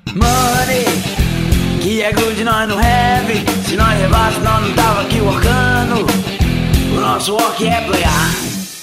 Money, que é good, nós não have. Se nós levasse, nós não tava aqui workando. O nosso work é playar.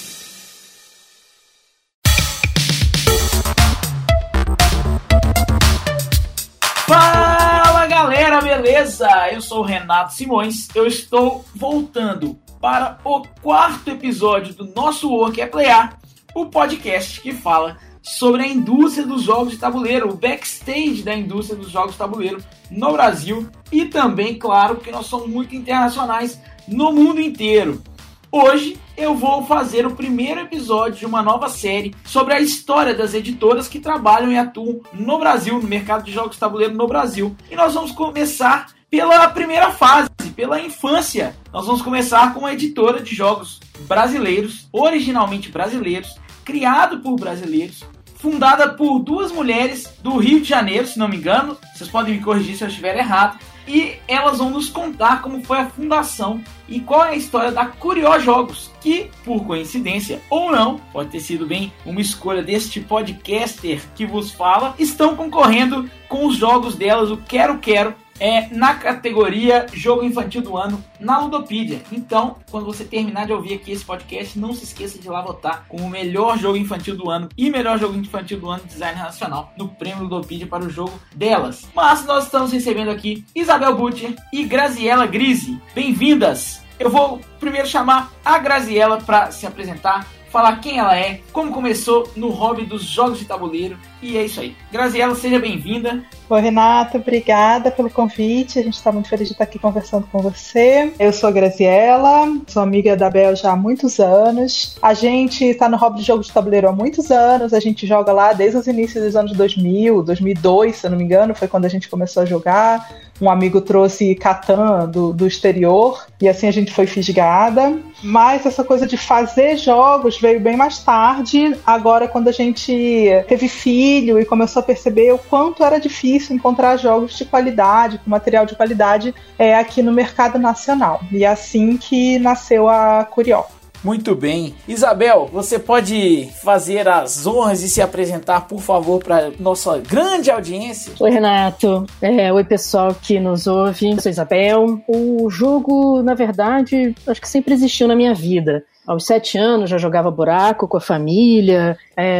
Fala galera, beleza? Eu sou o Renato Simões. Eu estou voltando para o 4º episódio do nosso Work é Playar, o podcast que fala sobre a indústria dos jogos de tabuleiro, o backstage da indústria dos jogos de tabuleiro no Brasil e também, claro, porque nós somos muito internacionais no mundo inteiro. Hoje eu vou fazer o primeiro episódio de uma nova série sobre a história das editoras que trabalham e atuam no Brasil, no mercado de jogos de tabuleiro no Brasil. E nós vamos começar pela primeira fase, pela infância. Nós vamos começar com uma editora de jogos brasileiros, originalmente brasileiros, criado por brasileiros, fundada por 2 mulheres do Rio de Janeiro, se não me engano. Vocês podem me corrigir se eu estiver errado. E elas vão nos contar como foi a fundação e qual é a história da Curió Jogos, que, por coincidência ou não, pode ter sido bem uma escolha deste podcaster que vos fala, estão concorrendo com os jogos delas, o Quero Quero, na categoria Jogo Infantil do Ano na Ludopedia. Então, quando você terminar de ouvir aqui esse podcast, não se esqueça de ir lá votar como o melhor jogo infantil do ano e melhor jogo infantil do ano de design nacional no prêmio Ludopedia para o jogo delas. Mas nós estamos recebendo aqui Isabel Butcher e Graziella Grise. Bem-vindas! Eu vou primeiro chamar a Graziella para se apresentar, falar quem ela é, como começou no hobby dos jogos de tabuleiro, e é isso aí. Graziella, seja bem-vinda. Oi, Renato, obrigada pelo convite, a gente está muito feliz de estar aqui conversando com você. Eu sou a Graziella, sou amiga da Bel já há muitos anos. A gente está no hobby de jogos de tabuleiro há muitos anos, a gente joga lá desde os inícios dos anos 2000, 2002, se eu não me engano, foi quando a gente começou a jogar. Um amigo trouxe Catan do exterior e assim a gente foi fisgada. Mas essa coisa de fazer jogos veio bem mais tarde, agora quando a gente teve filho e começou a perceber o quanto era difícil encontrar jogos de qualidade, com material de qualidade aqui no mercado nacional. E é assim que nasceu a Curió. Muito bem. Isabel, você pode fazer as honras e se apresentar, por favor, para nossa grande audiência? Oi, Renato. Oi, pessoal que nos ouve. Eu sou Isabel. O jogo, na verdade, acho que sempre existiu na minha vida. Aos 7 anos já jogava buraco com a família,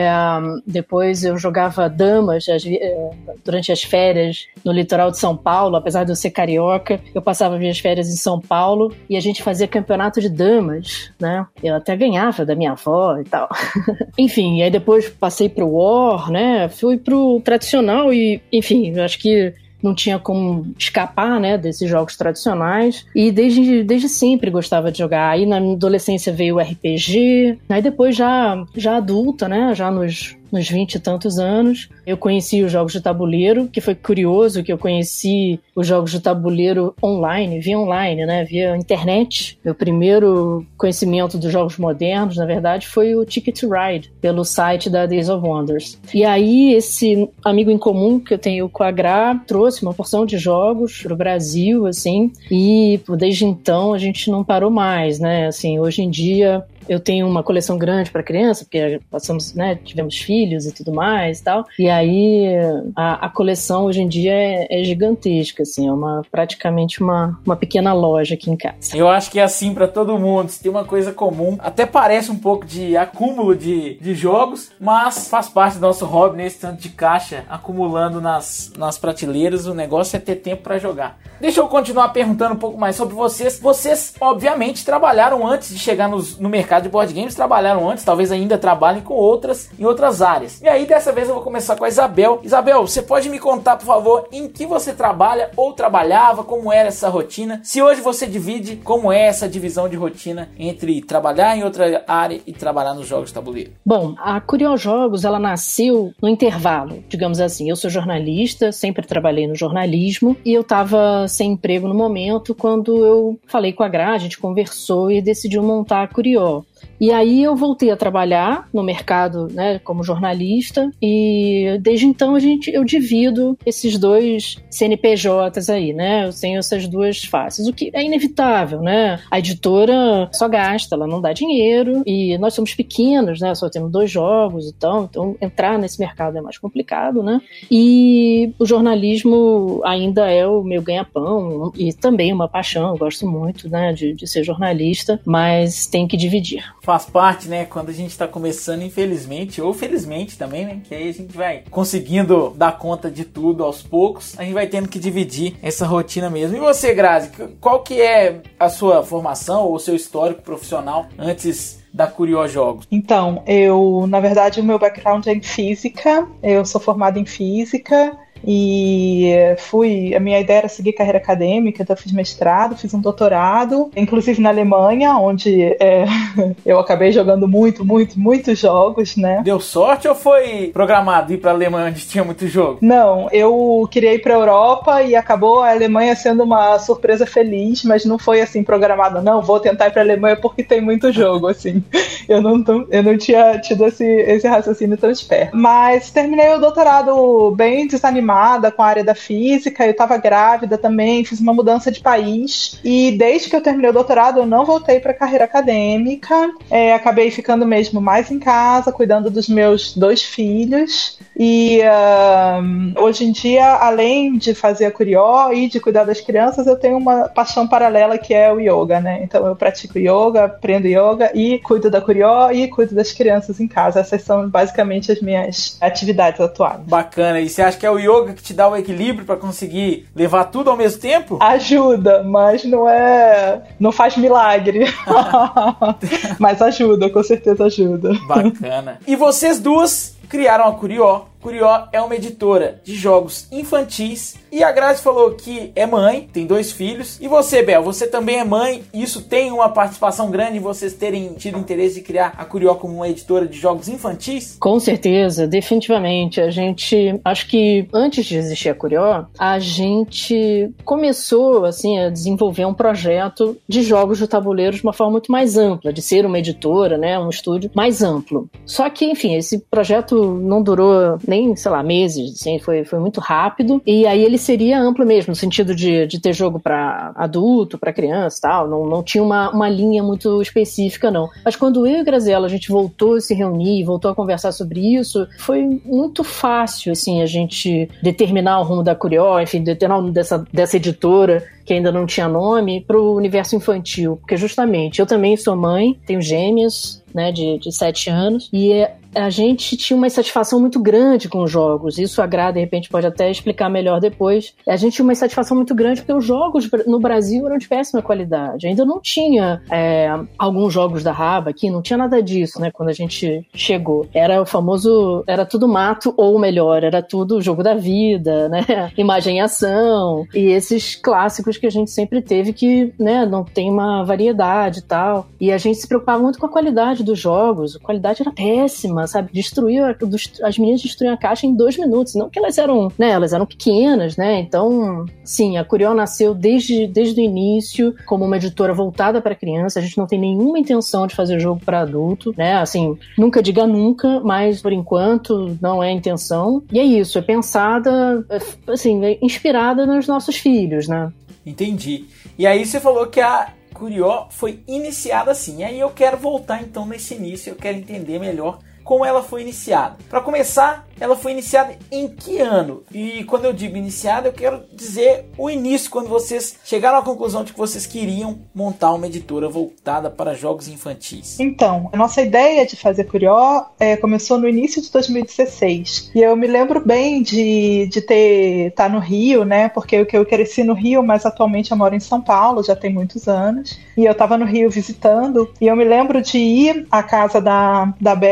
depois eu jogava damas durante as férias no litoral de São Paulo, apesar de eu ser carioca, eu passava minhas férias em São Paulo e a gente fazia campeonato de damas, né? Eu até ganhava da minha avó e tal. Enfim, aí depois passei pro War, né? Fui pro tradicional e, enfim, eu acho que não tinha como escapar, né, desses jogos tradicionais. E desde sempre gostava de jogar. Aí na adolescência veio o RPG. Aí depois já adulta, né, já nos 20 e tantos anos, eu conheci os jogos de tabuleiro, que foi curioso que eu conheci os jogos de tabuleiro via online, né, via internet. Meu primeiro conhecimento dos jogos modernos, na verdade, foi o Ticket to Ride, pelo site da Days of Wonders. E aí, esse amigo em comum que eu tenho com a Gra trouxe uma porção de jogos pro Brasil, assim, e desde então a gente não parou mais, né, assim, hoje em dia eu tenho uma coleção grande para criança, porque tivemos filhos e tudo mais e tal. E aí a coleção hoje em dia é gigantesca, assim, praticamente uma pequena loja aqui em casa. Eu acho que é assim para todo mundo, se tem uma coisa comum, até parece um pouco de acúmulo de jogos, mas faz parte do nosso hobby, nesse tanto de caixa acumulando nas prateleiras. O negócio é ter tempo para jogar. Deixa eu continuar perguntando um pouco mais sobre vocês. Vocês, obviamente, trabalharam antes de chegar no mercado de board games, trabalharam antes, talvez ainda trabalhem em outras áreas. E aí, dessa vez, eu vou começar com a Isabel. Isabel, você pode me contar, por favor, em que você trabalha ou trabalhava, como era essa rotina? Se hoje você divide, como é essa divisão de rotina entre trabalhar em outra área e trabalhar nos jogos de tabuleiro? Bom, a Curió Jogos, ela nasceu no intervalo, digamos assim. Eu sou jornalista, sempre trabalhei no jornalismo, e eu estava sem emprego no momento quando eu falei com a Gra, a gente conversou e decidiu montar a Curió. E aí eu voltei a trabalhar no mercado, né, como jornalista, e desde então eu divido esses dois CNPJs aí, né? Eu tenho essas duas faces, o que é inevitável, né? A editora só gasta, ela não dá dinheiro, e nós somos pequenos, né? Só temos 2 jogos e tal, então entrar nesse mercado é mais complicado, né? E o jornalismo ainda é o meu ganha-pão e também uma paixão, eu gosto muito, né, de ser jornalista, mas tem que dividir. Faz parte, né, quando a gente tá começando, infelizmente, ou felizmente também, né, que aí a gente vai conseguindo dar conta de tudo aos poucos, a gente vai tendo que dividir essa rotina mesmo. E você, Grazi, qual que é a sua formação ou o seu histórico profissional antes da Curió Jogos? Então, na verdade, o meu background é em física, eu sou formada em física, e a minha ideia era seguir carreira acadêmica, então eu fiz mestrado, fiz um doutorado, inclusive na Alemanha, onde eu acabei jogando muitos jogos, né? Deu sorte ou foi programado ir pra Alemanha onde tinha muito jogo? Não, eu queria ir pra Europa e acabou a Alemanha sendo uma surpresa feliz, mas não foi assim programado, não, vou tentar ir pra Alemanha porque tem muito jogo, assim. Eu não tinha tido esse raciocínio tão esperto. Mas terminei o doutorado bem desanimada com a área da física, eu estava grávida também, fiz uma mudança de país, e desde que eu terminei o doutorado eu não voltei para a carreira acadêmica, acabei ficando mesmo mais em casa, cuidando dos meus 2 filhos, e hoje em dia, além de fazer a Curió e de cuidar das crianças, eu tenho uma paixão paralela que é o yoga, né? Então eu pratico yoga, aprendo yoga e cuido da Curió e cuido das crianças em casa. Essas são basicamente as minhas atividades atuais. Bacana, e você acha que é o yoga que te dá o equilíbrio para conseguir levar tudo ao mesmo tempo? Ajuda, mas não faz milagre. Mas ajuda, com certeza ajuda. Bacana. E vocês duas criaram a Curió. Curió é uma editora de jogos infantis. E a Grazi falou que é mãe, tem 2 filhos. E você, Bel, você também é mãe. Isso tem uma participação grande em vocês terem tido interesse de criar a Curió como uma editora de jogos infantis? Com certeza, definitivamente. Acho que antes de existir a Curió, a gente começou assim, a desenvolver um projeto de jogos de tabuleiro de uma forma muito mais ampla, de ser uma editora, né, um estúdio mais amplo. Só que, enfim, esse projeto não durou nem, sei lá, meses, assim, foi muito rápido, e aí ele seria amplo mesmo, no sentido de ter jogo para adulto, para criança e tal, não tinha uma linha muito específica, não. Mas quando eu e a Graziella, a gente voltou a se reunir, voltou a conversar sobre isso, foi muito fácil, assim, a gente determinar o rumo da Curió, enfim, determinar o rumo dessa editora, que ainda não tinha nome, para o universo infantil, porque justamente eu também sou mãe, tenho gêmeas, né, de 7 anos, e a gente tinha uma insatisfação muito grande com os jogos. Isso a Gra, de repente, pode até explicar melhor depois. A gente tinha uma insatisfação muito grande porque os jogos no Brasil eram de péssima qualidade. Ainda não tinha alguns jogos da Raba aqui, não tinha nada disso, né, quando a gente chegou. Era o famoso, era tudo mato, ou melhor, era tudo jogo da vida, né, imagem e ação, e esses clássicos que a gente sempre teve que, né, não tem uma variedade e tal. E a gente se preocupava muito com a qualidade dos jogos. A qualidade era péssima, sabe? As meninas destruíam a caixa em 2 minutos. Não que elas eram, né? Elas eram pequenas, né? Então, sim, a Curió nasceu desde o início como uma editora voltada para criança. A gente não tem nenhuma intenção de fazer jogo para adulto, né? Assim, nunca diga nunca, mas por enquanto não é a intenção. E é isso, é pensada, assim, inspirada nos nossos filhos, né? Entendi. E aí você falou que a Curió foi iniciada assim. E aí eu quero voltar então nesse início, eu quero entender melhor como ela foi iniciada. Para começar, ela foi iniciada em que ano? E quando eu digo iniciada, eu quero dizer o início, quando vocês chegaram à conclusão de que vocês queriam montar uma editora voltada para jogos infantis. Então, a nossa ideia de fazer Curió começou no início de 2016. E eu me lembro bem de estar no Rio, né? Porque eu cresci no Rio, mas atualmente eu moro em São Paulo, já tem muitos anos. E eu estava no Rio visitando, e eu me lembro de ir à casa da Bel com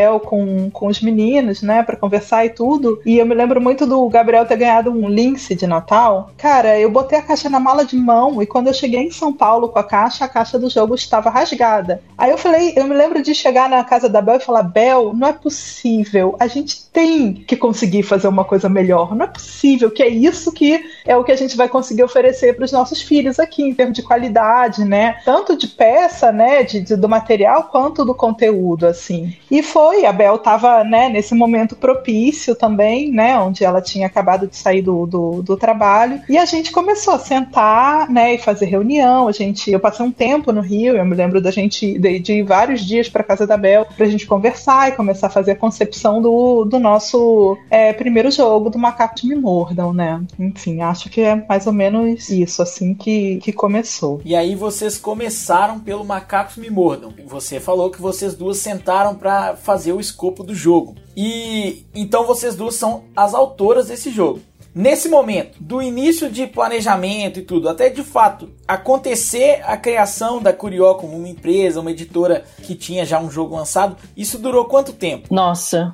com os meninos, né, pra conversar e tudo. E eu me lembro muito do Gabriel ter ganhado um Lynx de Natal. Cara, eu botei a caixa na mala de mão e quando eu cheguei em São Paulo com a caixa do jogo estava rasgada. Aí eu me lembro de chegar na casa da Bel e falar: Bel, não é possível, a gente tem que conseguir fazer uma coisa melhor, não é possível que é isso que é o que a gente vai conseguir oferecer para os nossos filhos aqui, em termos de qualidade, né, tanto de peça, né, do material, quanto do conteúdo, assim. E a Bel estava, né, nesse momento propício também, né, onde ela tinha acabado de sair do trabalho, e a gente começou a sentar, né, e fazer reunião. Eu passei um tempo no Rio, eu me lembro da gente de ir vários dias para casa da Bel pra gente conversar e começar a fazer a concepção do nosso primeiro jogo, do Macacos Me Mordam, né. Enfim, acho que é mais ou menos isso, assim, que começou. E aí vocês começaram pelo Macacos Me Mordam. Você falou que vocês duas sentaram para fazer o escopo do jogo. E então vocês duas são as autoras desse jogo. Nesse momento, do início de planejamento e tudo, até de fato acontecer a criação da Curió como uma empresa, uma editora que tinha já um jogo lançado, isso durou quanto tempo? Nossa,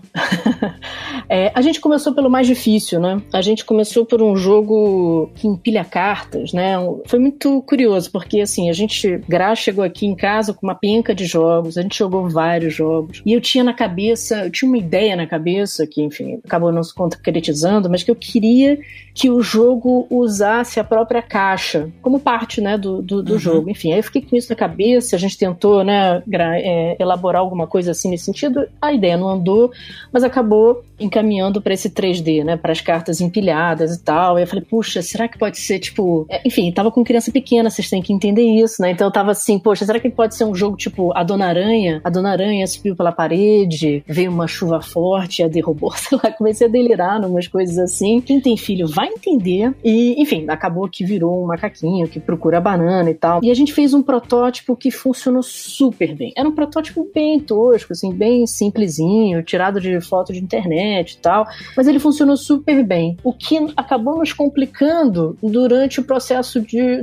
a gente começou pelo mais difícil, né? A gente começou por um jogo que empilha cartas, né? Foi muito curioso, porque assim, Gra chegou aqui em casa com uma penca de jogos, a gente jogou vários jogos, e eu tinha uma ideia na cabeça, que enfim, acabou não se concretizando, mas que eu queria que o jogo usasse a própria caixa como parte, né, do jogo. Enfim, aí eu fiquei com isso na cabeça, a gente tentou, né, elaborar alguma coisa assim nesse sentido, a ideia não andou, mas acabou encaminhando para esse 3D, né, para as cartas empilhadas e tal. E eu falei, puxa, será que pode ser tipo... Enfim, tava com criança pequena, vocês têm que entender isso, né? Então eu tava assim, poxa, será que pode ser um jogo tipo a Dona Aranha? A Dona Aranha subiu pela parede, veio uma chuva forte, a derrubou, sei lá, comecei a delirar numas coisas assim. Quem tem filho vai entender. E, enfim, acabou que virou um macaquinho que procura banana e tal. E a gente fez um protótipo que funcionou super bem. Era um protótipo bem tosco, assim, bem simplesinho, tirado de foto de internet e tal, mas ele funcionou super bem. O que acabou nos complicando durante o processo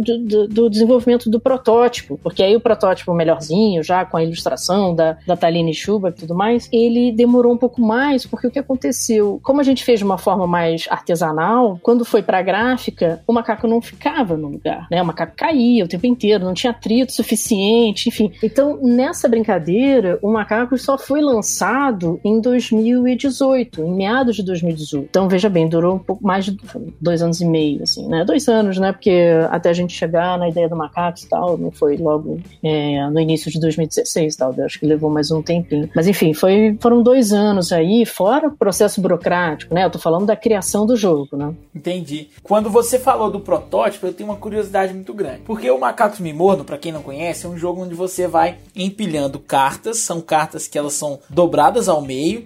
do desenvolvimento do protótipo, porque aí o protótipo melhorzinho, já com a ilustração da Taline Schuber e tudo mais, ele demorou um pouco mais, porque o que aconteceu? Como a gente fez de uma forma mais artesanal, quando foi pra gráfica, o macaco não ficava no lugar, né? O macaco caía o tempo inteiro, não tinha atrito suficiente, enfim. Então, nessa brincadeira, o macaco só foi lançado em 2018, em meados de 2018. Então, veja bem, durou um pouco mais de 2 anos e meio, assim, né? 2 anos, né? Porque até a gente chegar na ideia do macaco e tal, não foi logo no início de 2016 e tal, acho que levou mais um tempinho. Mas, enfim, foram 2 anos aí, fora o processo burocrático, né? Eu tô falando da criação do jogo, né? Entendi. Quando você falou do protótipo, eu tenho uma curiosidade muito grande. Porque o Macacos Me Mordam, pra quem não conhece, é um jogo onde você vai empilhando cartas. São cartas que elas são dobradas ao meio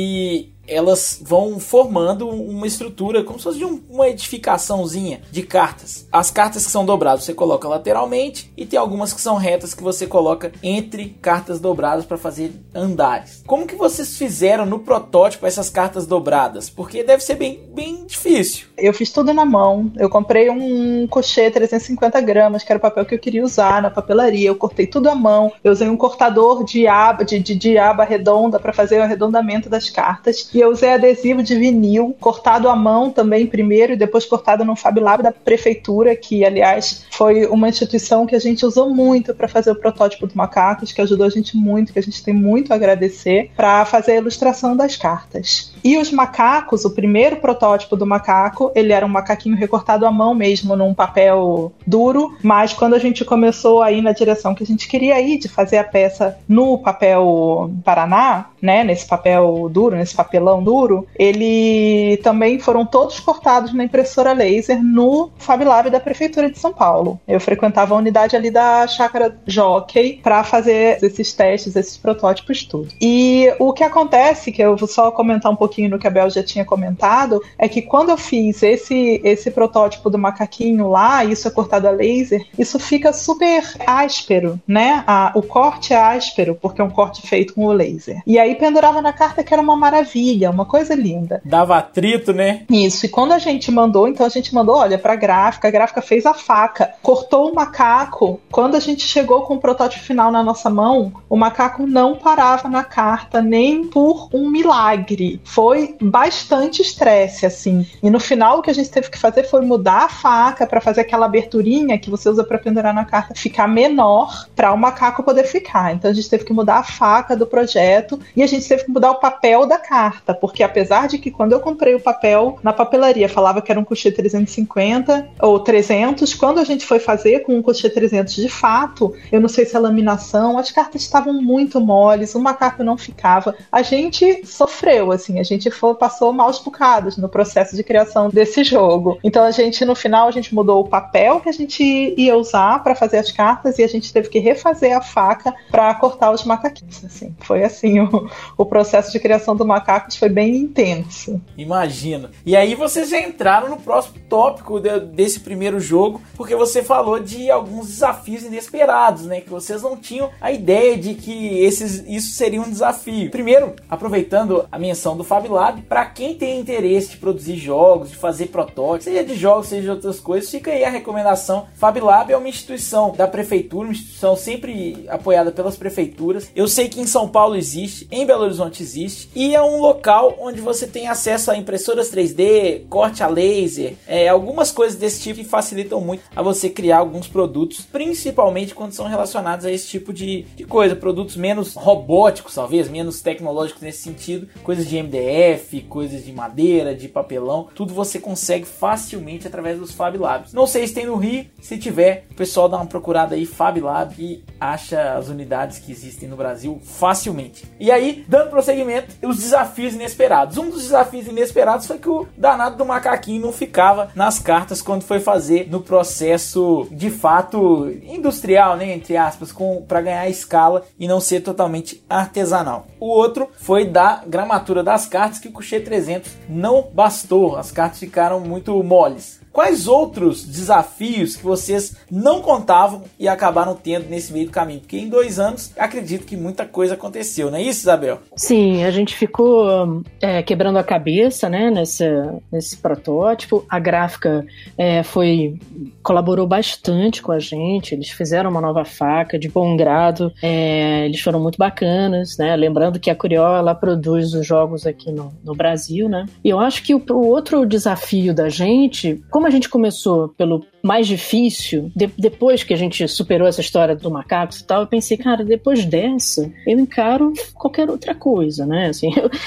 e elas vão formando uma estrutura como se fosse uma edificaçãozinha de cartas. As cartas que são dobradas você coloca lateralmente e tem algumas que são retas que você coloca entre cartas dobradas para fazer andares. Como que vocês fizeram no protótipo essas cartas dobradas? Porque deve ser bem difícil. Eu fiz tudo na mão. Eu comprei um cochê 350 gramas, que era o papel que eu queria usar na papelaria. Eu cortei tudo à mão. Eu usei um cortador de aba redonda para fazer o arredondamento das cartas. E eu usei adesivo de vinil, cortado à mão também primeiro e depois cortado no Fab Lab da prefeitura, que aliás foi uma instituição que a gente usou muito para fazer o protótipo do Macacos, que ajudou a gente muito, que a gente tem muito a agradecer, para fazer a ilustração das cartas. E os macacos, o primeiro protótipo do macaco, ele era um macaquinho recortado à mão mesmo, num papel duro, mas quando a gente começou a ir na direção que a gente queria ir, de fazer a peça no papel Paraná, né, nesse papel duro, nesse papelão duro, ele também foram todos cortados na impressora laser no Fab Lab da Prefeitura de São Paulo. Eu frequentava a unidade ali da Chácara Jockey para fazer esses testes, esses protótipos tudo. E o que acontece, que eu vou só comentar um pouquinho pouquinho no que a Bel já tinha comentado, é que quando eu fiz esse protótipo do macaquinho lá, isso é cortado a laser, isso fica super áspero, né? O corte é áspero, porque é um corte feito com o laser. E aí pendurava na carta que era uma maravilha, uma coisa linda. Dava atrito, né? Isso, e quando a gente mandou, olha, pra gráfica, a gráfica fez a faca, cortou o macaco. Quando a gente chegou com o protótipo final na nossa mão, o macaco não parava na carta, nem por um milagre. Foi bastante estresse, assim. E no final, o que a gente teve que fazer foi mudar a faca para fazer aquela aberturinha que você usa para pendurar na carta ficar menor para o macaco poder ficar. Então a gente teve que mudar a faca do projeto e a gente teve que mudar o papel da carta, porque apesar de que quando eu comprei o papel na papelaria falava que era um coucher 350 ou 300, quando a gente foi fazer com um coucher 300 de fato, eu não sei se a laminação, as cartas estavam muito moles, o macaco não ficava. A gente sofreu, assim, a gente passou maus bocados no processo de criação desse jogo. Então no final a gente mudou o papel que a gente ia usar para fazer as cartas e a gente teve que refazer a faca para cortar os macaquinhos, assim. Foi assim, o processo de criação do Macacos foi bem intenso. Imagino. E aí vocês já entraram no próximo tópico desse primeiro jogo, porque você falou de alguns desafios inesperados, né? Que vocês não tinham a ideia de que isso seria um desafio. Primeiro, aproveitando a menção do Fab Lab, para quem tem interesse de produzir jogos, de fazer protótipos, seja de jogos, seja de outras coisas, fica aí a recomendação. Fab Lab é uma instituição da prefeitura, uma instituição sempre apoiada pelas prefeituras. Eu sei que em São Paulo existe, em Belo Horizonte existe, e é um local onde você tem acesso a impressoras 3D, corte a laser, algumas coisas desse tipo que facilitam muito a você criar alguns produtos, principalmente quando são relacionados a esse tipo de coisa, produtos menos robóticos, talvez, menos tecnológicos nesse sentido, coisas de MDF, coisas de madeira, de papelão, tudo você consegue facilmente através dos Fab Labs. Não sei se tem no Rio, se tiver, o pessoal dá uma procurada aí, Fab Lab, e acha as unidades que existem no Brasil facilmente. E aí, dando prosseguimento, os desafios inesperados. Um dos desafios inesperados foi que o danado do macaquinho não ficava nas cartas quando foi fazer no processo de fato industrial, né, entre aspas, para ganhar escala e não ser totalmente artesanal. O outro foi da gramatura das cartas, que o coucher 300 não bastou, as cartas ficaram muito moles. Quais outros desafios que vocês não contavam e acabaram tendo nesse meio do caminho? Porque em 2 anos, acredito que muita coisa aconteceu, não é isso, Isabel? Sim, a gente ficou quebrando a cabeça, né, nesse protótipo. A gráfica colaborou bastante com a gente, eles fizeram uma nova faca de bom grado, eles foram muito bacanas, né? Lembrando que a Curió, ela produz os jogos aqui no Brasil, né? E eu acho que o outro desafio da gente, como a gente começou pelo mais difícil, depois que a gente superou essa história do macaco e tal, eu pensei, cara, depois dessa, eu encaro qualquer outra coisa, né? Assim,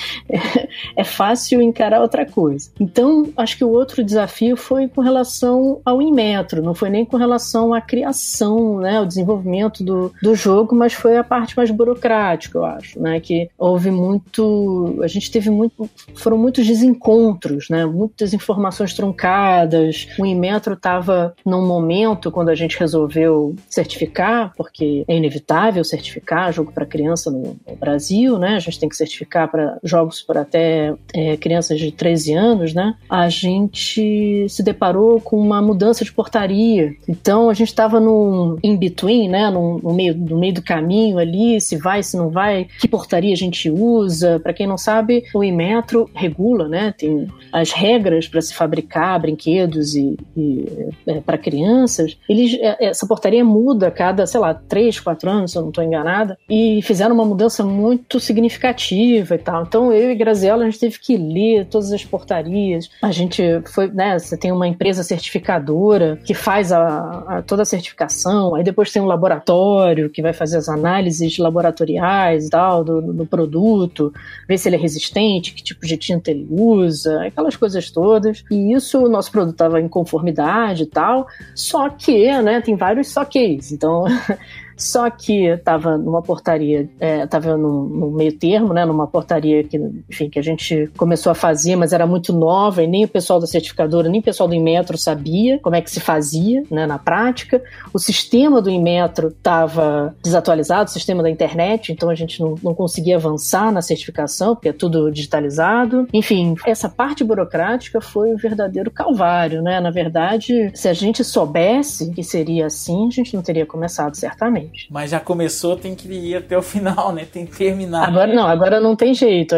é fácil encarar outra coisa. Então, acho que o outro desafio foi com relação ao Inmetro, não foi nem com relação à criação, né, o desenvolvimento do jogo, mas foi a parte mais burocrática, eu acho, né? Que houve a gente teve foram muitos desencontros, né? Muitas informações truncadas. O Inmetro estava num momento, quando a gente resolveu certificar, porque é inevitável certificar jogo para criança no Brasil, né? A gente tem que certificar para jogos para até crianças de 13 anos, né? A gente se deparou com uma mudança de portaria. Então, a gente estava no in-between, né? No meio do caminho ali, se vai, se não vai, que portaria a gente usa. Para quem não sabe, o Inmetro regula, né? Tem as regras para se fabricar brinquedos e para crianças. Essa portaria muda a cada, 3, 4 anos, se eu não estou enganada, e fizeram uma mudança muito significativa e tal. Então, eu e Graziella, a gente teve que ler todas as portarias. A gente foi, né, você tem uma empresa certificadora que faz toda a certificação, aí depois tem um laboratório que vai fazer as análises laboratoriais e tal do produto, ver se ele é resistente, que tipo de tinta ele usa, aquelas coisas todas. E isso, o nosso produto estava em conformidade e tal, só que, né, tem vários só que's. Então, só que estava numa portaria, estava no meio termo, né, numa portaria que, enfim, que a gente começou a fazer, mas era muito nova e nem o pessoal da certificadora, nem o pessoal do Inmetro sabia como é que se fazia, né, na prática. O sistema do Inmetro estava desatualizado, o sistema da internet, então a gente não conseguia avançar na certificação, porque é tudo digitalizado. Enfim, essa parte burocrática foi um verdadeiro calvário, né? Na verdade, se a gente soubesse que seria assim, a gente não teria começado, certamente. Mas já começou, tem que ir até o final, né? Tem que terminar. Agora não tem jeito.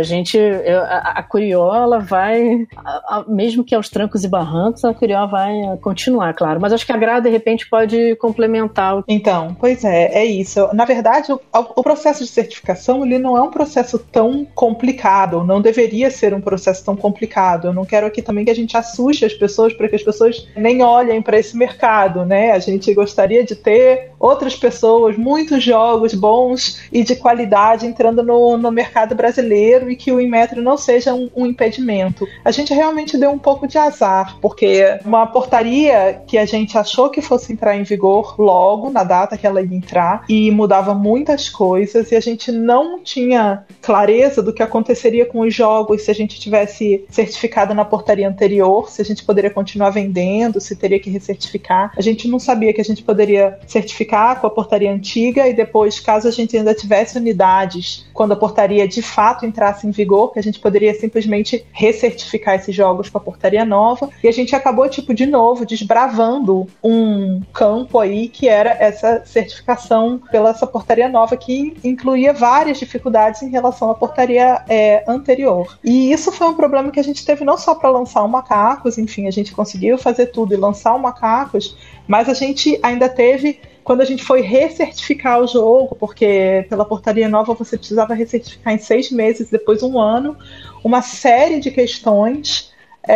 A Curió, ela vai, mesmo que aos trancos e barrancos, a Curió vai continuar, claro. Mas acho que a Gra, de repente, pode complementar. Então, pois é isso. Na verdade, o processo de certificação, ele não é um processo tão complicado, não deveria ser um processo tão complicado. Eu não quero aqui também que a gente assuste as pessoas para que as pessoas nem olhem para esse mercado, né? A gente gostaria de ter outras pessoas, muitos jogos bons e de qualidade entrando no mercado brasileiro e que o Inmetro não seja um impedimento. A gente realmente deu um pouco de azar, porque uma portaria que a gente achou que fosse entrar em vigor logo, na data que ela ia entrar, e mudava muitas coisas, e a gente não tinha clareza do que aconteceria com os jogos se a gente tivesse certificado na portaria anterior, se a gente poderia continuar vendendo, se teria que recertificar. A gente não sabia que a gente poderia certificar com a portaria antiga e depois, caso a gente ainda tivesse unidades, quando a portaria de fato entrasse em vigor, que a gente poderia simplesmente recertificar esses jogos com a portaria nova. E a gente acabou, de novo, desbravando um campo aí que era essa certificação pela essa portaria nova, que incluía várias dificuldades em relação à portaria anterior. E isso foi um problema que a gente teve não só para lançar o Macacos, enfim, a gente conseguiu fazer tudo e lançar o Macacos, mas a gente ainda teve, quando a gente foi recertificar o jogo, porque pela portaria nova você precisava recertificar em 6 meses, depois 1 ano, uma série de questões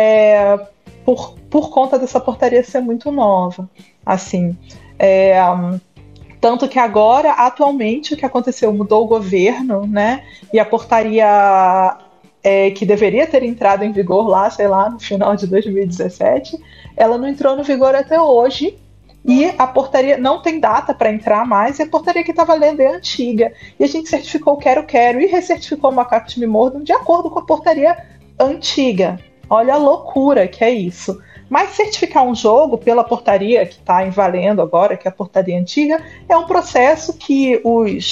por conta dessa portaria ser muito nova. Assim, tanto que agora, atualmente, o que aconteceu, mudou o governo, né? E a portaria que deveria ter entrado em vigor lá, sei lá, no final de 2017, ela não entrou no vigor até hoje. E a portaria não tem data para entrar mais, e a portaria que está valendo é antiga. E a gente certificou o Quero e recertificou o Macacos Me Mordam de acordo com a portaria antiga. Olha a loucura que é isso. Mas certificar um jogo pela portaria que está valendo agora, que é a portaria antiga, é um processo que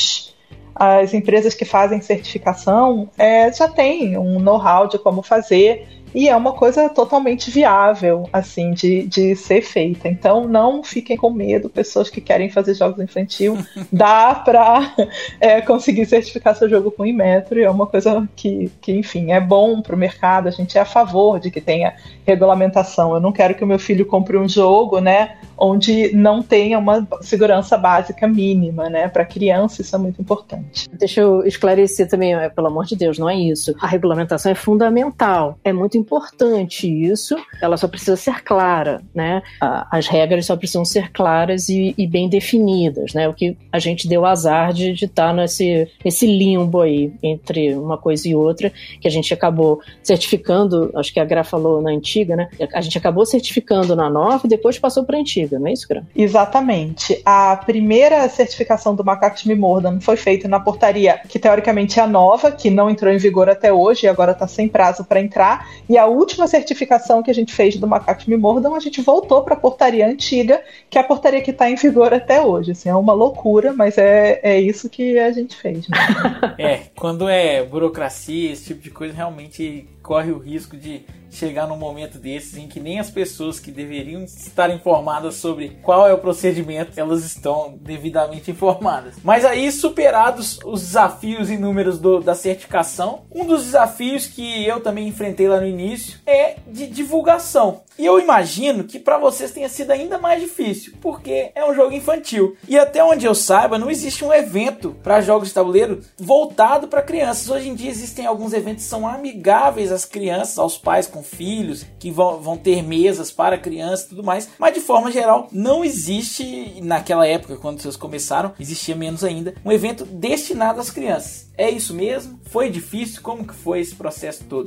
as empresas que fazem certificação já têm um know-how de como fazer, e é uma coisa totalmente viável, assim, de ser feita. Então, não fiquem com medo, pessoas que querem fazer jogos infantil, dá para conseguir certificar seu jogo com o Inmetro, e é uma coisa que, enfim, é bom para o mercado. A gente é a favor de que tenha regulamentação. Eu não quero que o meu filho compre um jogo, né, onde não tenha uma segurança básica mínima, né, para criança. Isso é muito importante. Deixa eu esclarecer também, pelo amor de Deus, não é isso. A regulamentação é fundamental, é muito importante isso, ela só precisa ser clara, né? As regras só precisam ser claras e bem definidas, né? O que a gente deu azar de estar nesse limbo aí entre uma coisa e outra, que a gente acabou certificando, acho que a Gra falou na antiga, né? A gente acabou certificando na nova e depois passou para a antiga, não é isso, Gra? Exatamente. A primeira certificação do Macacos Me Mordam foi feita na portaria, que teoricamente é a nova, que não entrou em vigor até hoje e agora está sem prazo para entrar. E a última certificação que a gente fez do Macacos Me Mordam, a gente voltou para a portaria antiga, que é a portaria que está em vigor até hoje. Assim, é uma loucura, mas é isso que a gente fez. Né? Quando é burocracia, esse tipo de coisa, realmente corre o risco de chegar num momento desses em que nem as pessoas que deveriam estar informadas sobre qual é o procedimento, elas estão devidamente informadas. Mas aí, superados os desafios inúmeros da certificação, um dos desafios que eu também enfrentei lá no início é de divulgação. E eu imagino que para vocês tenha sido ainda mais difícil, porque é um jogo infantil. E até onde eu saiba, não existe um evento para jogos de tabuleiro voltado para crianças. Hoje em dia existem alguns eventos que são amigáveis às crianças, aos pais com filhos, que vão ter mesas para crianças e tudo mais. Mas de forma geral, não existe, naquela época, quando vocês começaram, existia menos ainda, um evento destinado às crianças. É isso mesmo? Foi difícil? Como que foi esse processo todo?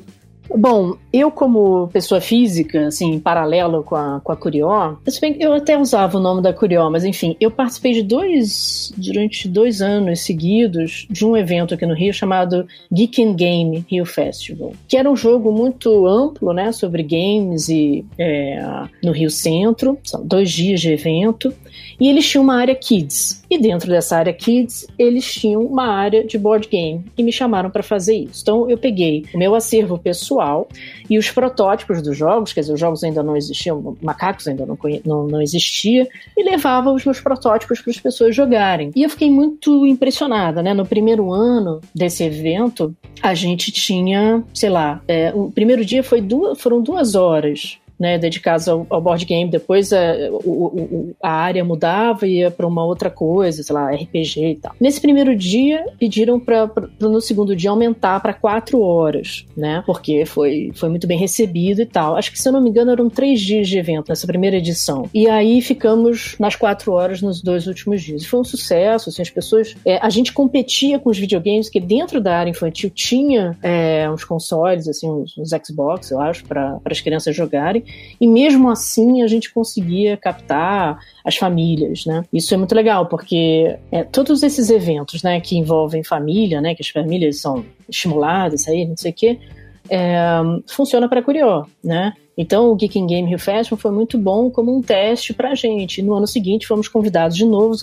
Bom, eu como pessoa física, assim, em paralelo com a Curió, eu até usava o nome da Curió, mas enfim, eu participei durante 2 anos seguidos de um evento aqui no Rio chamado Geek and Game Rio Festival, que era um jogo muito amplo, né, sobre games no Rio Centro, são 2 dias de evento, e eles tinham uma área Kids. E dentro dessa área Kids, eles tinham uma área de board game e me chamaram para fazer isso. Então eu peguei o meu acervo pessoal e os protótipos dos jogos, quer dizer, os jogos ainda não existiam, Macacos ainda não existia, e levava os meus protótipos para as pessoas jogarem. E eu fiquei muito impressionada, né? No primeiro ano desse evento, a gente tinha, sei lá, o primeiro dia foram 2 horas, né, dedicados ao board game. Depois a área mudava e ia para uma outra coisa, sei lá, RPG e tal. Nesse primeiro dia, pediram para no segundo dia aumentar para 4 horas, né, porque foi muito bem recebido e tal. Acho que, se eu não me engano, eram 3 dias de evento nessa primeira edição. E aí ficamos nas 4 horas nos 2 últimos dias. E foi um sucesso, assim, as pessoas... a gente competia com os videogames, que dentro da área infantil tinha uns consoles, assim, uns Xbox, eu acho, para as crianças jogarem. E mesmo assim a gente conseguia captar as famílias, né? Isso é muito legal, porque todos esses eventos, né, que envolvem família, né, que as famílias são estimuladas, aí, não sei o quê, funciona para a Curió, né? Então o Geek and Game Rio Festival foi muito bom como um teste pra gente. No ano seguinte fomos convidados de novo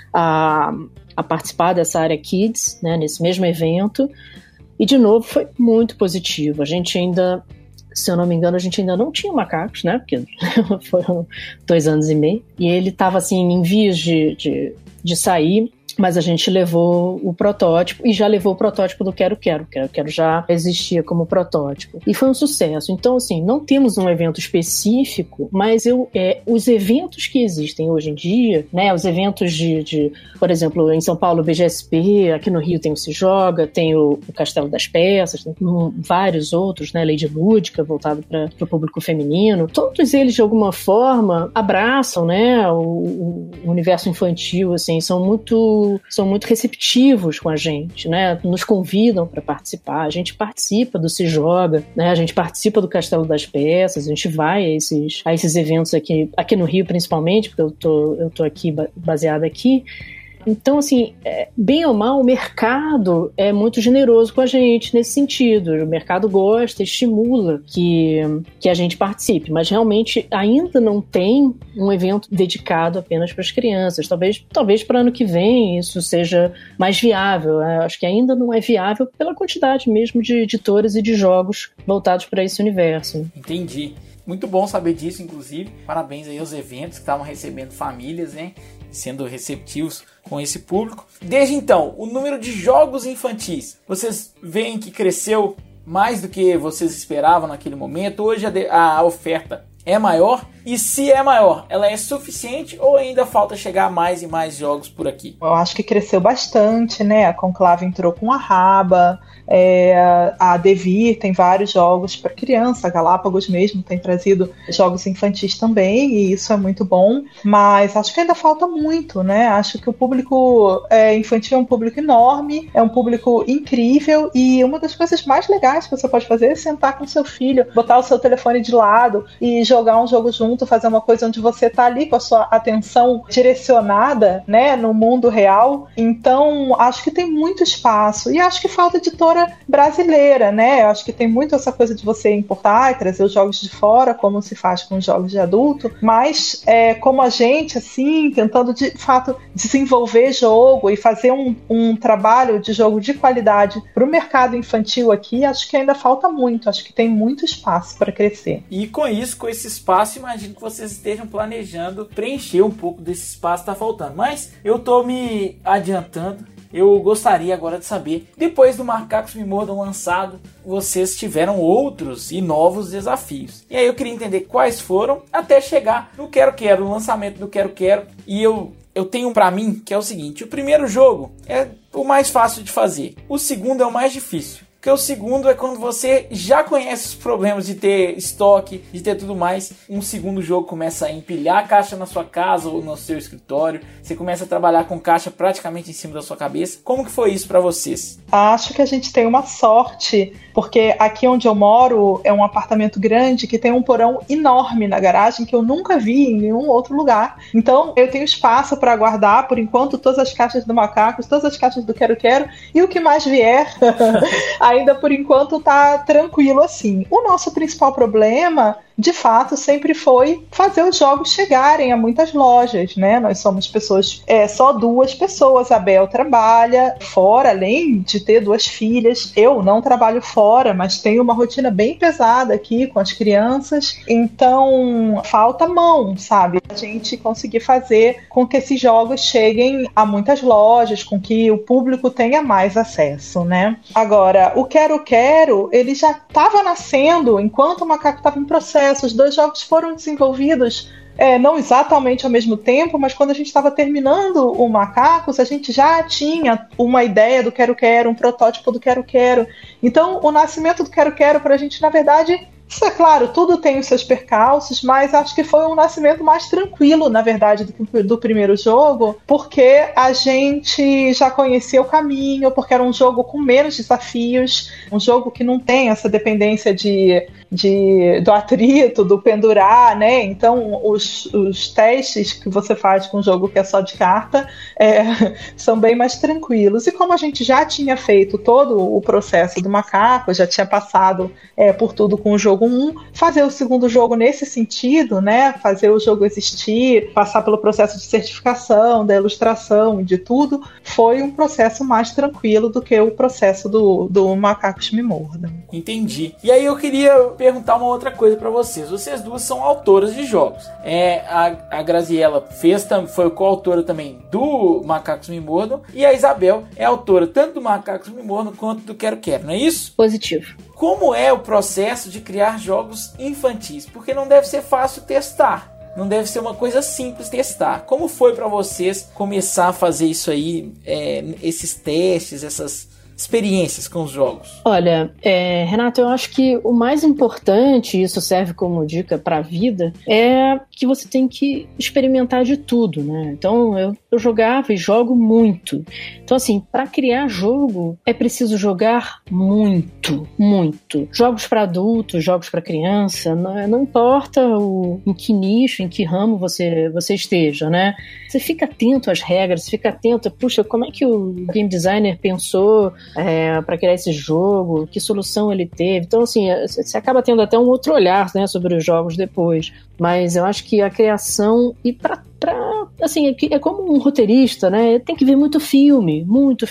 a participar dessa área Kids, né, nesse mesmo evento, e de novo foi muito positivo. A gente ainda... Se eu não me engano, a gente ainda não tinha Macacos, né? Porque foram 2 anos e meio. E ele estava, assim, em vias de sair, mas a gente levou o protótipo e já levou o protótipo do Quero Quero. Quero Quero já existia como protótipo. E foi um sucesso. Então, assim, não temos um evento específico, mas os eventos que existem hoje em dia, né? Os eventos por exemplo, em São Paulo, o BGSP, aqui no Rio tem o Se Joga, tem o Castelo das Peças, tem vários outros, né? Lei de Lúdica, voltado para o público feminino. Todos eles, de alguma forma, abraçam, né? O universo infantil, assim, são muito receptivos com a gente, né? Nos convidam para participar. A gente participa do Se Joga, né? A gente participa do Castelo das Peças, a gente vai a esses eventos aqui no Rio, principalmente, porque eu tô aqui, baseada aqui. Então, assim, bem ou mal, o mercado é muito generoso com a gente nesse sentido. O mercado gosta, estimula que a gente participe, mas realmente ainda não tem um evento dedicado apenas para as crianças. Talvez para ano que vem isso seja mais viável. Acho que ainda não é viável pela quantidade mesmo de editoras e de jogos voltados para esse universo. Entendi. Muito bom saber disso, inclusive. Parabéns aí aos eventos que estavam recebendo famílias, né? Sendo receptivos com esse público. Desde então, o número de jogos infantis, vocês veem que cresceu mais do que vocês esperavam naquele momento? Hoje a oferta é maior? E se é maior, ela é suficiente ou ainda falta chegar a mais e mais jogos por aqui? Eu acho que cresceu bastante, né? A Conclave entrou com a Raba, a Devir tem vários jogos para criança, a Galápagos mesmo tem trazido jogos infantis também, e isso é muito bom, mas acho que ainda falta muito, né? Acho que o público infantil é um público enorme, é um público incrível, e uma das coisas mais legais que você pode fazer é sentar com seu filho, botar o seu telefone de lado e jogar um jogo junto, fazer uma coisa onde você tá ali com a sua atenção direcionada, né, no mundo real. Então, acho que tem muito espaço, e acho que falta editora brasileira, né? Eu acho que tem muito essa coisa de você importar e trazer os jogos de fora, como se faz com os jogos de adulto, mas como a gente, assim, tentando de fato desenvolver jogo e fazer um trabalho de jogo de qualidade para o mercado infantil aqui, acho que ainda falta muito, acho que tem muito espaço para crescer. E com esse espaço, imagino que vocês estejam planejando preencher um pouco desse espaço que está faltando, mas eu tô me adiantando. Eu gostaria agora de saber, depois do Macacos Me Mordam lançado, vocês tiveram outros e novos desafios. E aí eu queria entender quais foram, até chegar no Quero Quero, no lançamento do Quero Quero. E eu tenho pra mim que é o seguinte: o primeiro jogo é o mais fácil de fazer, o segundo é o mais difícil. Porque o segundo é quando você já conhece os problemas de ter estoque, de ter tudo mais. Um segundo jogo começa a empilhar a caixa na sua casa ou no seu escritório. Você começa a trabalhar com caixa praticamente em cima da sua cabeça. Como que foi isso para vocês? Acho que a gente tem uma sorte, porque aqui onde eu moro é um apartamento grande que tem um porão enorme na garagem que eu nunca vi em nenhum outro lugar. Então eu tenho espaço para guardar, por enquanto, todas as caixas do Macacos, todas as caixas do Quero Quero e o que mais vier. Ainda por enquanto tá tranquilo assim. O nosso principal problema, de fato, sempre foi fazer os jogos chegarem a muitas lojas, né? Nós somos pessoas, só 2 pessoas. A Bel trabalha fora, além de ter 2 filhas. Eu não trabalho fora, mas tenho uma rotina bem pesada aqui com as crianças. Então, falta mão, sabe? A gente conseguir fazer com que esses jogos cheguem a muitas lojas, com que o público tenha mais acesso, né? Agora, o Quero Quero, ele já estava nascendo enquanto o Macaco estava em processo. Os 2 jogos foram desenvolvidos não exatamente ao mesmo tempo, mas quando a gente estava terminando o Macacos, a gente já tinha uma ideia do Quero Quero, um protótipo do Quero Quero. Então, o nascimento do Quero Quero para a gente, na verdade, isso é claro, tudo tem os seus percalços, mas acho que foi um nascimento mais tranquilo, na verdade, do primeiro jogo, porque a gente já conhecia o caminho, porque era um jogo com menos desafios, um jogo que não tem essa dependência do atrito, do pendurar, né? Então, os testes que você faz com um jogo que é só de carta são bem mais tranquilos. E como a gente já tinha feito todo o processo do Macaco, já tinha passado por tudo com o jogo 1, fazer o segundo jogo nesse sentido, né? Fazer o jogo existir, passar pelo processo de certificação, da ilustração e de tudo, foi um processo mais tranquilo do que o processo do Macacos Me Mordam. Entendi. E aí eu queria perguntar uma outra coisa para vocês. Vocês 2 são autoras de jogos. A Graziella foi coautora também do Macacos Me Mordam, e a Isabel é autora tanto do Macacos Me Mordam quanto do Quero Quero, não é isso? Positivo. Como é o processo de criar jogos infantis? Porque não deve ser fácil testar. Não deve ser uma coisa simples testar. Como foi para vocês começar a fazer isso aí, esses testes, essas experiências com os jogos? Olha, Renato, eu acho que o mais importante, e isso serve como dica para a vida, é que você tem que experimentar de tudo, né? Então, eu jogava e jogo muito. Então, assim, para criar jogo, é preciso jogar muito, muito. Jogos para adultos, jogos para criança, não importa em que nicho, em que ramo você esteja, né? Você fica atento às regras, você fica atento, puxa, como é que o game designer pensou para criar esse jogo, que solução ele teve. Então, assim, você acaba tendo até um outro olhar, né, sobre os jogos depois. Mas eu acho que a criação, e assim, é como um roteirista, né, tem que ver muito filme.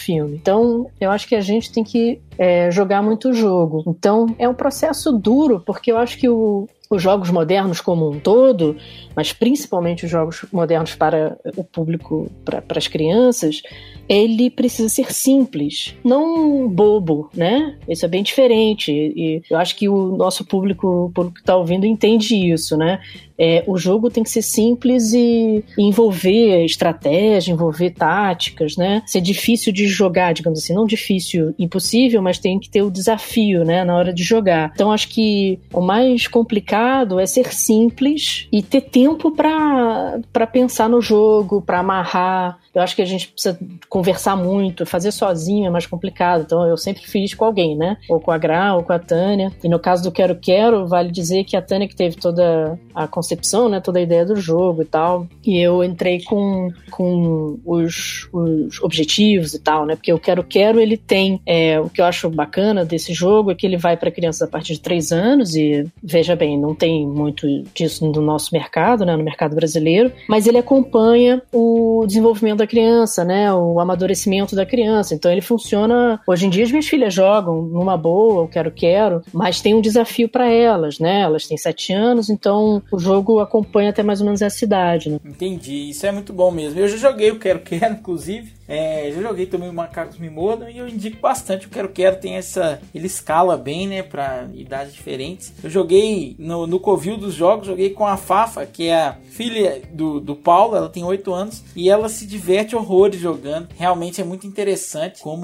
Então, eu acho que a gente tem que jogar muito jogo. Então, é um processo duro, porque eu acho que os jogos modernos como um todo, mas principalmente os jogos modernos para o público, para as crianças, ele precisa ser simples, não bobo, né? Isso é bem diferente, e eu acho que o nosso público que está ouvindo entende isso, né? O jogo tem que ser simples e envolver estratégia, envolver táticas, né? Ser difícil de jogar, digamos assim, não difícil, impossível, mas tem que ter o desafio, né, na hora de jogar. Então acho que o mais complicado é ser simples e ter tempo para pensar no jogo, para amarrar. Eu acho que a gente precisa conversar muito, fazer sozinho é mais complicado, então eu sempre fiz com alguém, né? Ou com a Gra, ou com a Tânia. E no caso do Quero Quero, vale dizer que a Tânia que teve toda a concepção, né? Toda a ideia do jogo e tal. E eu entrei com os objetivos e tal, né? Porque o Quero Quero, ele tem... o que eu acho bacana desse jogo é que ele vai para crianças a partir de 3 anos e, veja bem, não tem muito disso no nosso mercado, né? No mercado brasileiro, mas ele acompanha o desenvolvimento da criança, né? O amadurecimento da criança. Então ele funciona... Hoje em dia as minhas filhas jogam numa boa, o Quero Quero, mas tem um desafio para elas, né? Elas têm 7 anos, então o jogo acompanha até mais ou menos essa idade, né? Entendi, isso é muito bom mesmo. Eu já joguei o Quero Quero, inclusive. Já joguei também o Macacos Me Mordam e eu indico bastante. O Quero Quero tem ele escala bem, né, para idades diferentes. Eu joguei no Covil dos jogos, joguei com a Fafa, que é a filha do Paulo, ela tem 8 anos e ela se diverte horrores jogando. Realmente é muito interessante como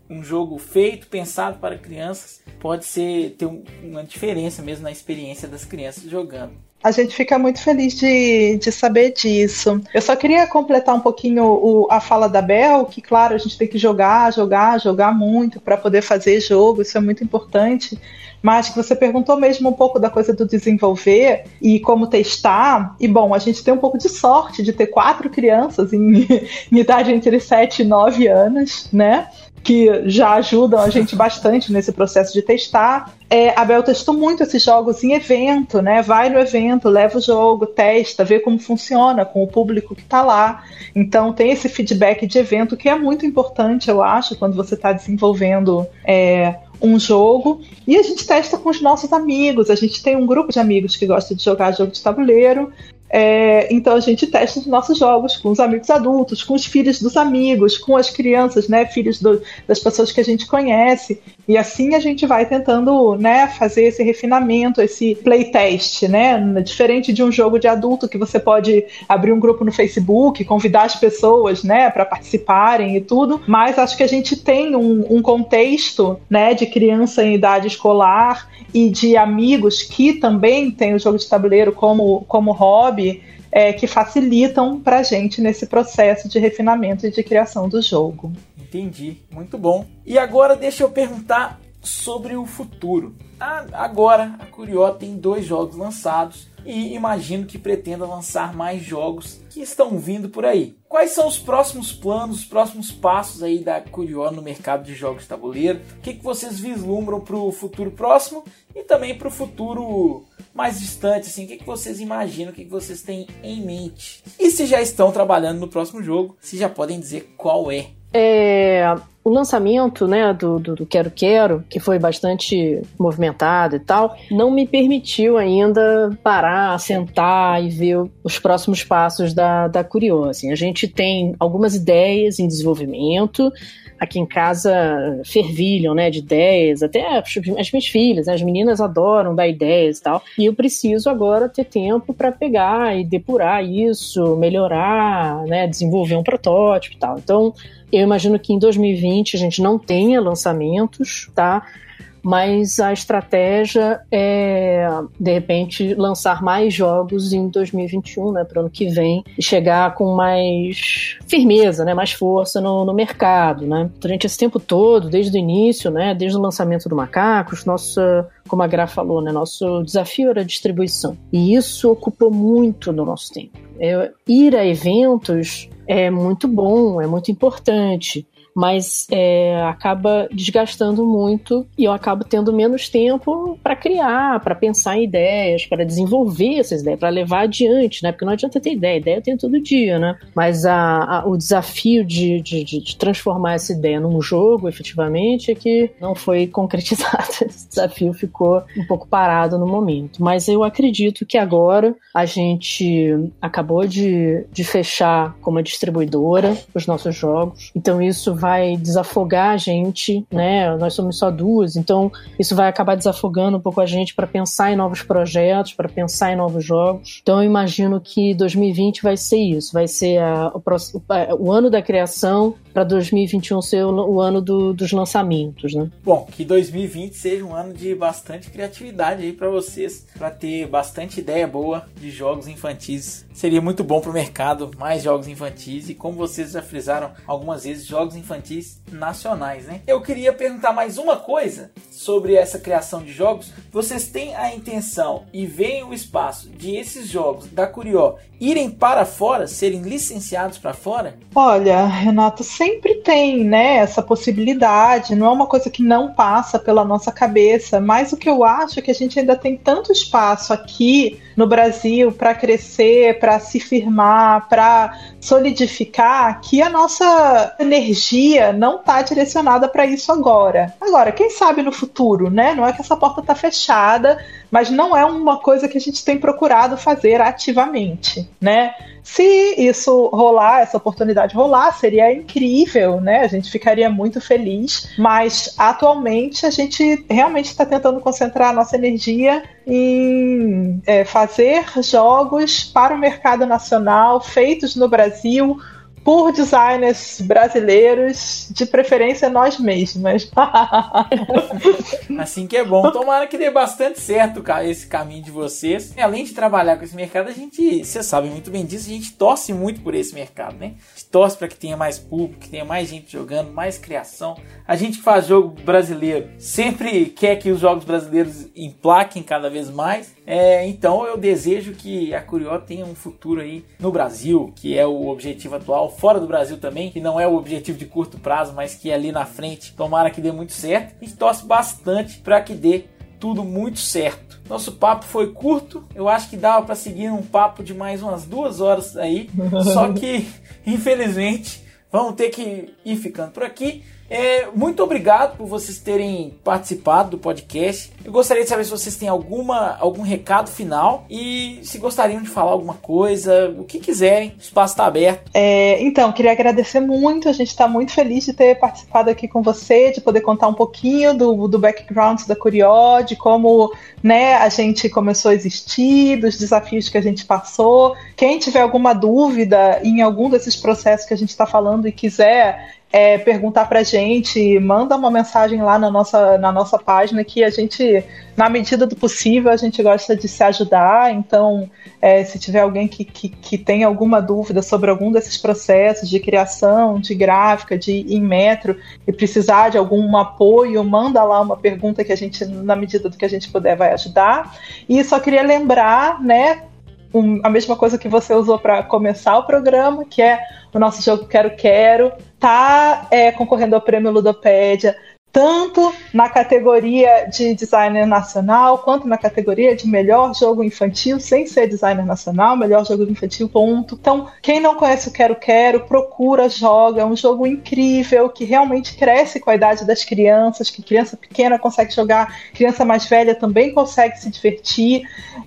um jogo feito, pensado para crianças, pode ter uma diferença mesmo na experiência das crianças jogando. A gente fica muito feliz de saber disso. Eu só queria completar um pouquinho a fala da Bel, que, claro, a gente tem que jogar muito para poder fazer jogo, isso é muito importante. Mas que você perguntou mesmo um pouco da coisa do desenvolver e como testar. E, bom, a gente tem um pouco de sorte de ter 4 crianças em idade entre 7 e 9 anos, né? Que já ajudam a gente bastante nesse processo de testar. A Bel testou muito esses jogos em evento, né? Vai no evento, leva o jogo, testa, vê como funciona com o público que está lá. Então tem esse feedback de evento que é muito importante, eu acho, quando você está desenvolvendo um jogo. E a gente testa com os nossos amigos. A gente tem um grupo de amigos que gosta de jogar jogo de tabuleiro. Então a gente testa os nossos jogos com os amigos adultos, com os filhos dos amigos, com as crianças, né, filhos das pessoas que a gente conhece, e assim a gente vai tentando, né, fazer esse refinamento, esse playtest, né, diferente de um jogo de adulto que você pode abrir um grupo no Facebook, convidar as pessoas, né, para participarem e tudo, mas acho que a gente tem um contexto, né, de criança em idade escolar e de amigos que também têm o jogo de tabuleiro como hobby, que facilitam pra gente nesse processo de refinamento e de criação do jogo. Entendi, muito bom. E agora deixa eu perguntar sobre o futuro. Agora a Curió tem 2 jogos lançados e imagino que pretenda lançar mais jogos que estão vindo por aí. Quais são os próximos planos, os próximos passos aí da Curió no mercado de jogos de tabuleiro? O que vocês vislumbram para o futuro próximo e também para o futuro mais distante? Assim, o que vocês imaginam, o que vocês têm em mente? E se já estão trabalhando no próximo jogo, se já podem dizer qual é? O lançamento, né, do Quero Quero, que foi bastante movimentado e tal, não me permitiu ainda parar, sentar e ver os próximos passos da Curió. Assim, a gente tem algumas ideias em desenvolvimento. Aqui em casa fervilham, né, de ideias, até as minhas filhas, né, as meninas adoram dar ideias e tal, e eu preciso agora ter tempo para pegar e depurar isso, melhorar, né, desenvolver um protótipo e tal. Então, eu imagino que em 2020 a gente não tenha lançamentos, tá? Mas a estratégia é, de repente, lançar mais jogos em 2021, né, para o ano que vem, e chegar com mais firmeza, né, mais força no mercado, né. Durante esse tempo todo, desde o início, né, desde o lançamento do Macacos, como a Gra falou, né, nosso desafio era a distribuição. E isso ocupou muito do nosso tempo. Ir a eventos é muito bom, é muito importante, mas acaba desgastando muito e eu acabo tendo menos tempo para criar, para pensar em ideias, para desenvolver essas ideias, para levar adiante, né? Porque não adianta ter ideia eu tenho todo dia, né? Mas o desafio de transformar essa ideia num jogo, efetivamente, é que não foi concretizado. Esse desafio ficou um pouco parado no momento. Mas eu acredito que agora a gente acabou de fechar com uma distribuidora os nossos jogos, então isso vai desafogar a gente, né? Nós somos só 2, então isso vai acabar desafogando um pouco a gente para pensar em novos projetos, para pensar em novos jogos. Então eu imagino que 2020 vai ser isso, vai ser o ano da criação, para 2021 ser o ano dos lançamentos, né? Bom, que 2020 seja um ano de bastante criatividade aí para vocês, para ter bastante ideia boa de jogos infantis. Seria muito bom para o mercado, mais jogos infantis e, como vocês já frisaram algumas vezes, jogos infantis nacionais, né? Eu queria perguntar mais uma coisa sobre essa criação de jogos. Vocês têm a intenção e veem o espaço de esses jogos da Curió irem para fora, serem licenciados para fora? Olha, Renato, sempre tem, né, essa possibilidade, não é uma coisa que não passa pela nossa cabeça, mas o que eu acho é que a gente ainda tem tanto espaço aqui no Brasil para crescer, para se firmar, para solidificar, que a nossa energia não está direcionada para isso agora. Agora, quem sabe no futuro, né? Não é que essa porta está fechada, mas não é uma coisa que a gente tem procurado fazer ativamente, né? Se isso rolar, essa oportunidade rolar, seria incrível, né? A gente ficaria muito feliz, mas atualmente a gente realmente está tentando concentrar a nossa energia em fazer jogos para o mercado nacional, feitos no Brasil, por designers brasileiros, de preferência nós mesmas. Assim que é bom. Tomara que dê bastante certo esse caminho de vocês. E além de trabalhar com esse mercado, vocês sabem muito bem disso, a gente torce muito por esse mercado, né? A gente torce para que tenha mais público, que tenha mais gente jogando, mais criação. A gente que faz jogo brasileiro sempre quer que os jogos brasileiros emplaquem cada vez mais. Então eu desejo que a Curió tenha um futuro aí no Brasil, que é o objetivo atual, fora do Brasil também, que não é o objetivo de curto prazo, mas que ali na frente, tomara que dê muito certo. A gente torce bastante para que dê tudo muito certo. Nosso papo foi curto, eu acho que dava para seguir um papo de mais umas 2 horas aí, só que infelizmente vamos ter que ir ficando por aqui. Muito obrigado por vocês terem participado do podcast. Eu gostaria de saber se vocês têm algum recado final e se gostariam de falar alguma coisa, o que quiserem, o espaço está aberto. Então, queria agradecer muito, a gente está muito feliz de ter participado aqui com você, de poder contar um pouquinho do background da Curió, de como, né, a gente começou a existir, dos desafios que a gente passou. Quem tiver alguma dúvida em algum desses processos que a gente está falando e quiser perguntar pra gente, manda uma mensagem lá na nossa página, que a gente, na medida do possível, a gente gosta de se ajudar. Então, se tiver alguém que tem alguma dúvida sobre algum desses processos de criação, de gráfica, de Inmetro, e precisar de algum apoio, manda lá uma pergunta que a gente, na medida do que a gente puder, vai ajudar. E só queria lembrar, né, a mesma coisa que você usou para começar o programa, que é o nosso jogo Quero Quero, tá concorrendo ao prêmio Ludopédia, tanto na categoria de designer nacional, quanto na categoria de melhor jogo infantil, sem ser designer nacional, melhor jogo infantil, ponto. Então, quem não conhece o Quero Quero, procura, joga, é um jogo incrível, que realmente cresce com a idade das crianças, que criança pequena consegue jogar, criança mais velha também consegue se divertir,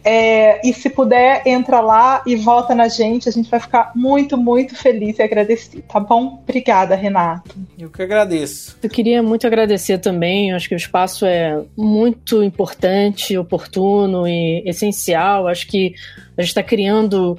e se puder, entra lá e vota na gente, a gente vai ficar muito, muito feliz e agradecido, tá bom? Obrigada, Renato. Eu que agradeço. Eu queria muito agradecer também, acho que o espaço é muito importante, oportuno e essencial. Acho que a gente está criando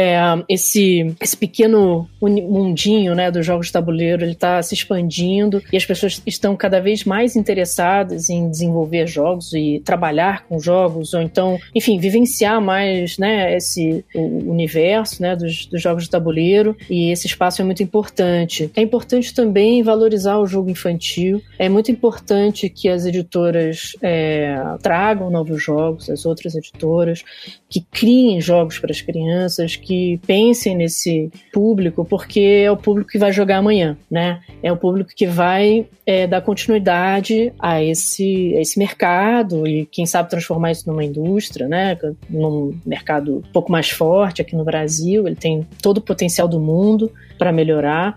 esse pequeno mundinho, né, dos jogos de tabuleiro, ele está se expandindo e as pessoas estão cada vez mais interessadas em desenvolver jogos e trabalhar com jogos, ou então, enfim, vivenciar mais, né, o universo, né, dos jogos de tabuleiro, e esse espaço é muito importante. É importante também valorizar o jogo infantil, é muito importante que as editoras tragam novos jogos, as outras editoras, que criem jogos para as crianças, que pensem nesse público, porque é o público que vai jogar amanhã, né? É o público que vai dar continuidade a esse mercado e, quem sabe, transformar isso numa indústria, né? Num mercado um pouco mais forte aqui no Brasil. Ele tem todo o potencial do mundo para melhorar.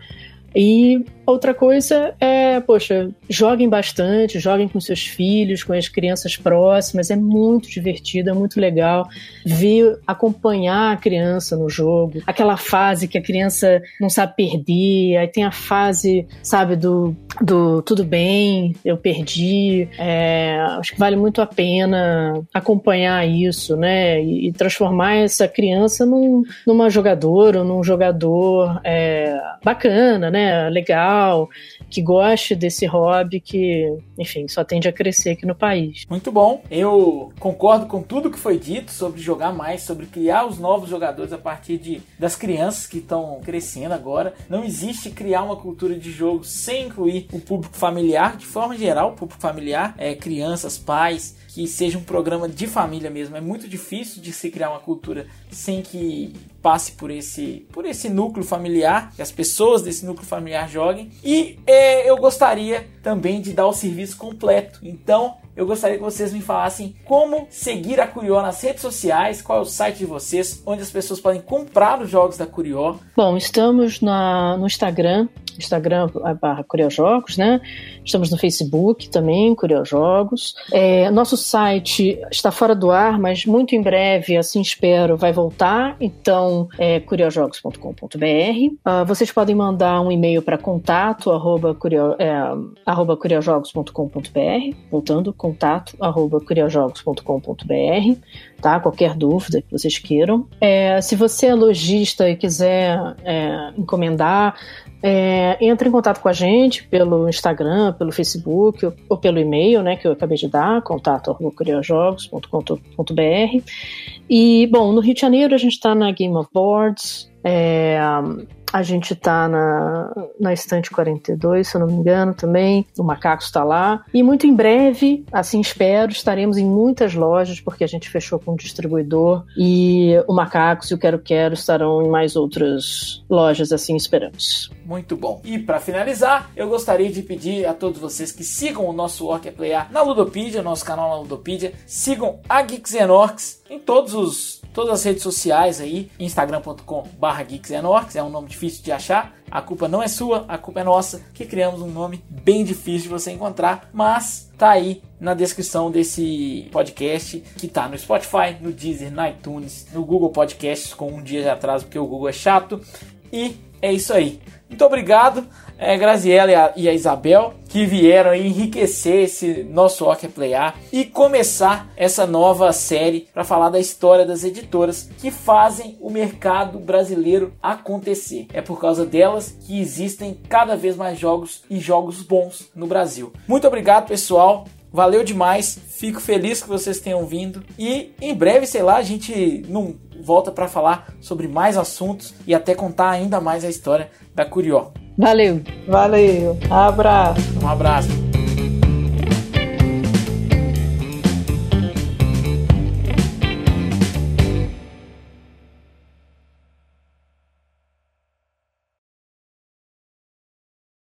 E outra coisa joguem bastante, joguem com seus filhos, com as crianças próximas, é muito divertido, é muito legal acompanhar a criança no jogo, aquela fase que a criança não sabe perder, aí tem a fase, sabe, do tudo bem, eu perdi, acho que vale muito a pena acompanhar isso, né, e transformar essa criança numa jogadora ou num jogador bacana, né, legal, que goste desse hobby que, enfim, só tende a crescer aqui no país. Muito bom. Eu concordo com tudo que foi dito sobre jogar mais, sobre criar os novos jogadores a partir das crianças que estão crescendo agora. Não existe criar uma cultura de jogo sem incluir o público familiar, de forma geral, o público familiar, crianças, pais, que seja um programa de família mesmo. É muito difícil de se criar uma cultura sem que passe por esse núcleo familiar, que as pessoas desse núcleo familiar joguem. E eu gostaria também de dar o serviço completo. Então, eu gostaria que vocês me falassem como seguir a Curió nas redes sociais, qual é o site de vocês, onde as pessoas podem comprar os jogos da Curió. Bom, estamos no Instagram, Instagram, /Curiojogos, né? Estamos no Facebook também, Curiojogos. Nosso site está fora do ar, mas muito em breve, assim espero, vai voltar. Então, curiojogos.com.br. Vocês podem mandar um e-mail para contato @curiojogos.com.br. Voltando, contato @curiojogos.com.br. Tá? Qualquer dúvida que vocês queiram. Se você é lojista e quiser encomendar, entre em contato com a gente pelo Instagram, pelo Facebook ou pelo e-mail, né, que eu acabei de dar, contato@curiojogos.com.br. E, bom, no Rio de Janeiro a gente está na Game of Boards, a gente está na Estante 42, se eu não me engano, também. O Macacos está lá. E muito em breve, assim espero, estaremos em muitas lojas, porque a gente fechou com um distribuidor. E o Macacos e o Quero Quero estarão em mais outras lojas, assim esperamos. Muito bom. E para finalizar, eu gostaria de pedir a todos vocês que sigam o nosso Orc é Playar na Ludopedia, nosso canal na Ludopedia. Sigam a Geeks and Orcs em todas as redes sociais aí, instagram.com/geeksandorcs, é um nome difícil de achar, a culpa não é sua, a culpa é nossa, que criamos um nome bem difícil de você encontrar, mas tá aí na descrição desse podcast, que tá no Spotify, no Deezer, no iTunes, no Google Podcasts, com um dia de atraso, porque o Google é chato, e é isso aí. Muito obrigado, Graziella e a Isabel, que vieram enriquecer esse nosso Orc é Playar e começar essa nova série para falar da história das editoras que fazem o mercado brasileiro acontecer. É por causa delas que existem cada vez mais jogos e jogos bons no Brasil. Muito obrigado, pessoal. Valeu demais. Fico feliz que vocês tenham vindo. E em breve, sei lá, a gente não volta para falar sobre mais assuntos e até contar ainda mais a história da Curió. Valeu. Valeu. Abraço. Um abraço.